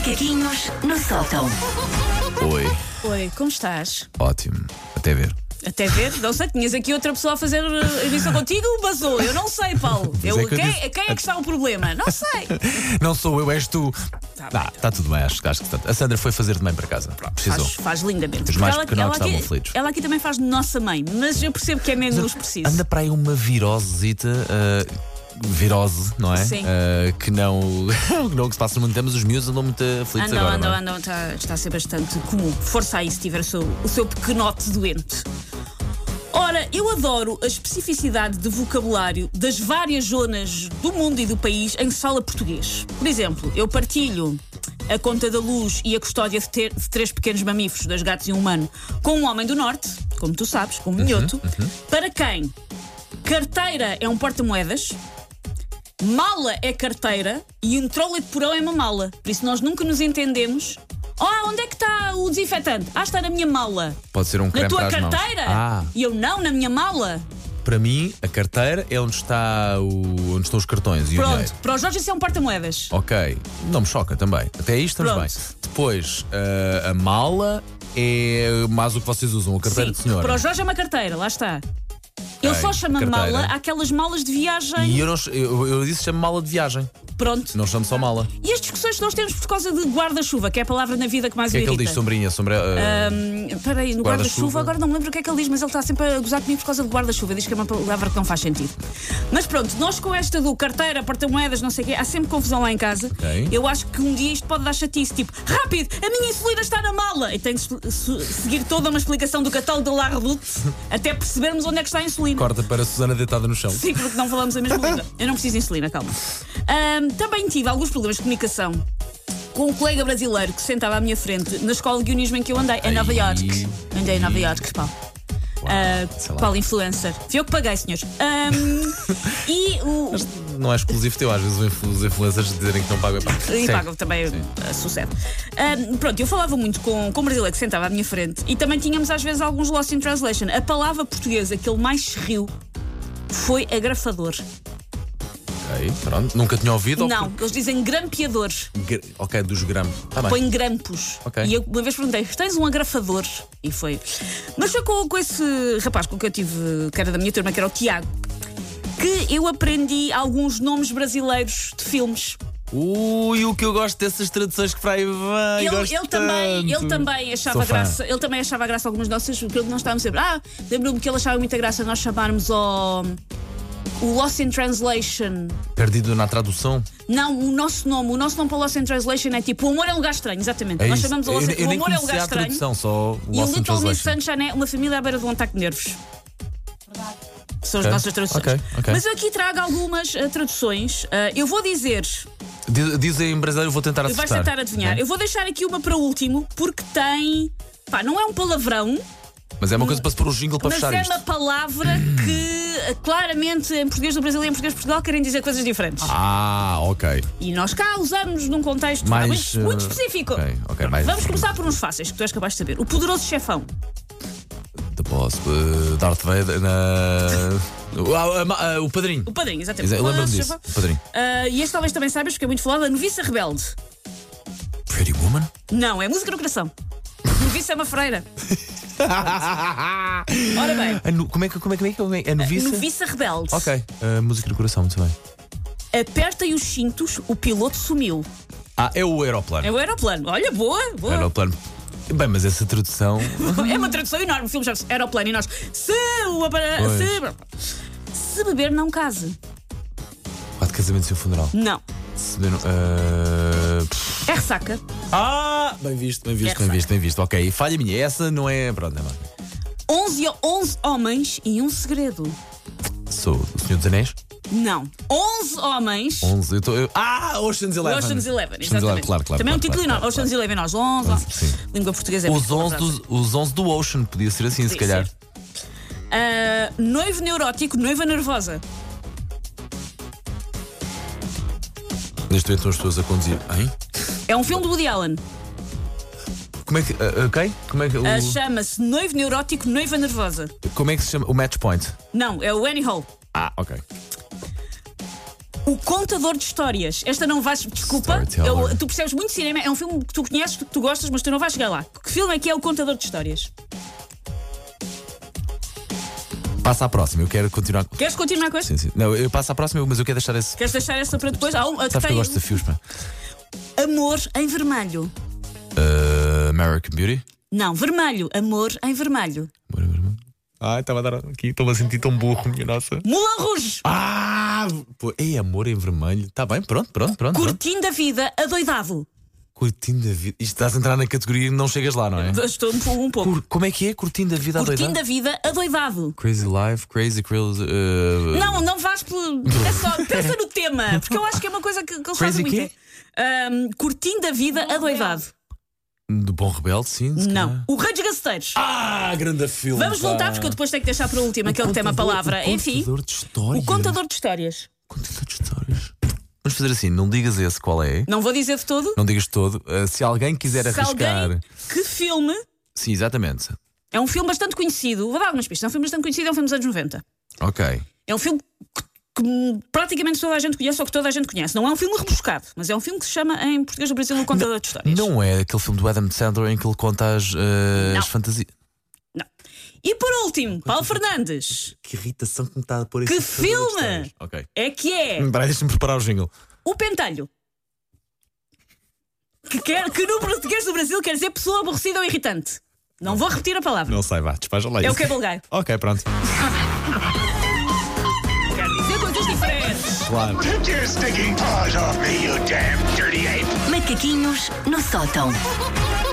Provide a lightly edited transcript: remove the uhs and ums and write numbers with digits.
Macaquinhos no sótão. Oi, Oi, como estás? ótimo. Até ver. Até ver, não sei, tinhas aqui outra pessoa a fazer emissão contigo, basou. Eu não sei, Paulo. Quem é que está o problema? Não sei. Não sou eu, és tu. Está tudo bem, acho que está. A Sandra foi fazer de mãe para casa. Precisou. Faz lindamente. Os mais Ela- pequenotes ela aqui- estavam aflitos. Ela aqui também faz de nossa mãe, mas eu percebo que é menos preciso. Anda para aí uma virosezita. Virose, não é? Sim. Que não que se passa muito tempo, mas os miúdos andam muito aflitos agora. não é? Está a ser bastante comum. Força aí se tiver o seu pequenote doente. Ora, eu adoro a especificidade de vocabulário das várias zonas do mundo e do país em que se fala português. Por exemplo, eu partilho a conta da luz e a custódia de 3 pequenos mamíferos, 2 gatos e um humano, com um homem do norte, como tu sabes, com um minhoto, para quem carteira é um porta-moedas, mala é carteira e um trolley de porão é uma mala. Por isso nós nunca nos entendemos. Onde é que está o desinfetante? Está na minha mala. Pode ser um Na creme tua para as mãos. carteira? E eu não, na minha mala. Para mim, a carteira é onde onde estão os cartões e o dinheiro. Pronto, para o Jorge isso é um porta-moedas. Ok, não me choca também. Até aí estamos Pronto. bem. Depois, a mala é mais o que vocês usam, a carteira de senhora. Para o Jorge é uma carteira, lá está. Ele só chama carteira. mala àquelas malas de viagem. E eu disse chamo mala de viagem. Pronto. Não chamo só mala. E as discussões que nós temos por causa de guarda-chuva, que é a palavra na vida que mais O que é me que ele irrita. diz, sombrinha? Espera aí, no Guarda-chuva. guarda-chuva, agora não me lembro o que é que ele diz, mas ele está sempre a gozar comigo por causa de guarda-chuva. Diz que é uma palavra que não faz sentido. Mas pronto, nós com esta do carteira, porta-moedas, não sei o quê, há sempre confusão lá em casa. Ok. Eu acho que um dia isto pode dar chatice, tipo, rápido, a minha insulina está na mala! E tem de seguir toda uma explicação do catálogo da La Redoute até percebermos onde é que está a insulina. Corta para a Susana deitada no chão. Sim, porque não falamos a mesma língua. Eu não preciso de insulina, calma. Também tive alguns problemas de comunicação com um colega brasileiro que se sentava à minha frente na escola de guionismo em que eu andei, em Nova Iorque. Andei em Nova Iorque, Paulo. sei lá. Paulo influencer. Fui eu que paguei, senhores. E o. Não é exclusivo teu, às vezes os influencers dizerem que não pagam. E pagam também, sucede. Pronto, eu falava muito com um brasileiro que sentava à minha frente e também tínhamos às vezes alguns lost in translation. A palavra portuguesa que ele mais se riu foi agrafador. Ok, pronto. Nunca tinha ouvido? Não, eles dizem grampeador. Ok, dos gramos. Está bem. Põe grampos. Ok. E eu uma vez perguntei: tens um agrafador? E foi. Mas foi com esse rapaz com que eu tive, que era da minha turma, que era o Tiago, que eu aprendi alguns nomes brasileiros de filmes. Ui, o que eu gosto dessas traduções que para aí vem. Ele também achava graça. Ele também achava graça a algumas nossas, porque nós estávamos sempre. Lembro-me que ele achava muita graça nós chamarmos o Lost in Translation. Perdido na tradução? Não, o nosso nome para o Lost in Translation é tipo: o amor é um lugar estranho, exatamente. É nós isso. chamamos o Eu amor é nem um lugar conhecia a estranho. tradução, só o E o Lost in Little Miss Translation. Sunshine é uma família à beira de um ataque de nervos. São as nossas traduções. Ok. Mas eu aqui trago algumas traduções. Eu vou dizer. Dizem em brasileiro, eu vou tentar Vais acertar. tentar adivinhar. Ok. Eu vou deixar aqui uma para o último, porque tem. Não é um palavrão, Mas é uma coisa para se pôr o jingle para mas fechar é isto. uma palavra que claramente em português do Brasil e em português de Portugal querem dizer coisas diferentes. Ok. E nós cá usamos num contexto Mais, muito específico. ok, mais- Vamos começar por uns fáceis que tu és capaz de saber. O poderoso chefão. The Boss, Darth Vader, o Padrinho. O padrinho, exatamente. Eu O lembro-me poderoso disso. chefão. O Padrinho. E este talvez também saibas, porque é muito falado, a noviça rebelde. Pretty Woman? Não, é música no coração. Noviça é uma freira. Ora bem, Como é que é? A noviça? noviça rebelde. Ok. Música do coração, muito bem. Apertem os cintos, o piloto sumiu. É o aeroplano. É o aeroplano. Olha, boa. Aeroplano. Bem, mas essa tradução. É uma tradução enorme. O filme chama-se Aeroplano e nós. Se beber, não case. De casamento sem funeral. Não. É ressaca. Bem visto. Ok, falha minha. Essa não é. Pronto, não é. 11 homens e um segredo. Sou o Senhor dos Anéis? Não. 11 homens. 11. Ocean's Eleven. Ocean's Eleven, exatamente. Claro. Também é um título enorme. Ocean's Eleven, nós 11. Sim. Língua portuguesa é Os muito 11 do Ocean, podia ser assim, se Podia calhar. ser. Noivo neurótico, noiva nervosa. Neste momento estão as pessoas a conduzir. Hein? É um filme de Woody Allen. Como é que. Ok? Como é que. Chama-se Noivo neurótico, noiva nervosa. Como é que se chama? O Match Point. Não, é o Annie Hall. Ok. O Contador de Histórias. Esta não vais. Desculpa. Tu percebes muito cinema. É um filme que tu conheces, que tu gostas, mas tu não vais chegar lá. Que filme é que é O Contador de Histórias? Passa à próxima, eu quero continuar. Queres continuar com esta? Sim. Não, eu passo à próxima, mas eu quero deixar esse. Queres deixar essa para depois? Sabes que eu gosto de desafios, pá. Amor em Vermelho. American Beauty? Não, Vermelho. Amor em Vermelho. Amor em Vermelho. Ai, estava a dar aqui, estou-me a sentir tão burro, minha nossa. Moulin Rouge. Pô, é Amor em Vermelho. Está bem, pronto. Curtindo da Vida, Adoidado. Curtindo a vida. Isto estás a entrar na categoria e não chegas lá, não é? Estou um pouco. Como é que é? Curtindo a vida adoidado? Curtindo a Vida, Adoidado. Crazy Life, Crazy. Não vais pelo. É só, pensa no tema, porque eu acho que é uma coisa que eles fazem muito. Curtindo a Vida, Adoidado. Do Bom Rebelde, sim. Não. O Rei dos Gaceteiros. Grande filme. Vamos voltar, porque eu depois tenho que deixar para o último aquele que tem uma palavra. Enfim. O Contador de Histórias. O Contador de Histórias. Contador de Histórias. Vamos fazer assim, não digas esse qual é. Não vou dizer de todo. Não digas de todo. Se alguém quiser arriscar. Que filme? Sim, exatamente. É um filme bastante conhecido. Vou dar algumas pistas. É um filme bastante conhecido, é um filme dos anos 90. Ok. É um filme que praticamente toda a gente conhece, ou que toda a gente conhece. Não é um filme rebuscado, mas é um filme que se chama em português do Brasil O Contador de Histórias. Não é aquele filme do Adam Sandler em que ele conta as fantasias. Não. E por último, Paulo Fernandes. Que irritação que me está a pôr esse Que filme é que é? Peraí, deixa-me preparar o jingle. O Pentelho. Que no português do Brasil quer dizer pessoa aborrecida ou irritante. Não vou repetir a palavra. Não sei, vá, despeja lá. É o que é bulgário. Ok, pronto. Quer dizer coisas diferentes. Claro. Take your stinking paws off me, you damn dirty ape! Macaquinhos no sótão.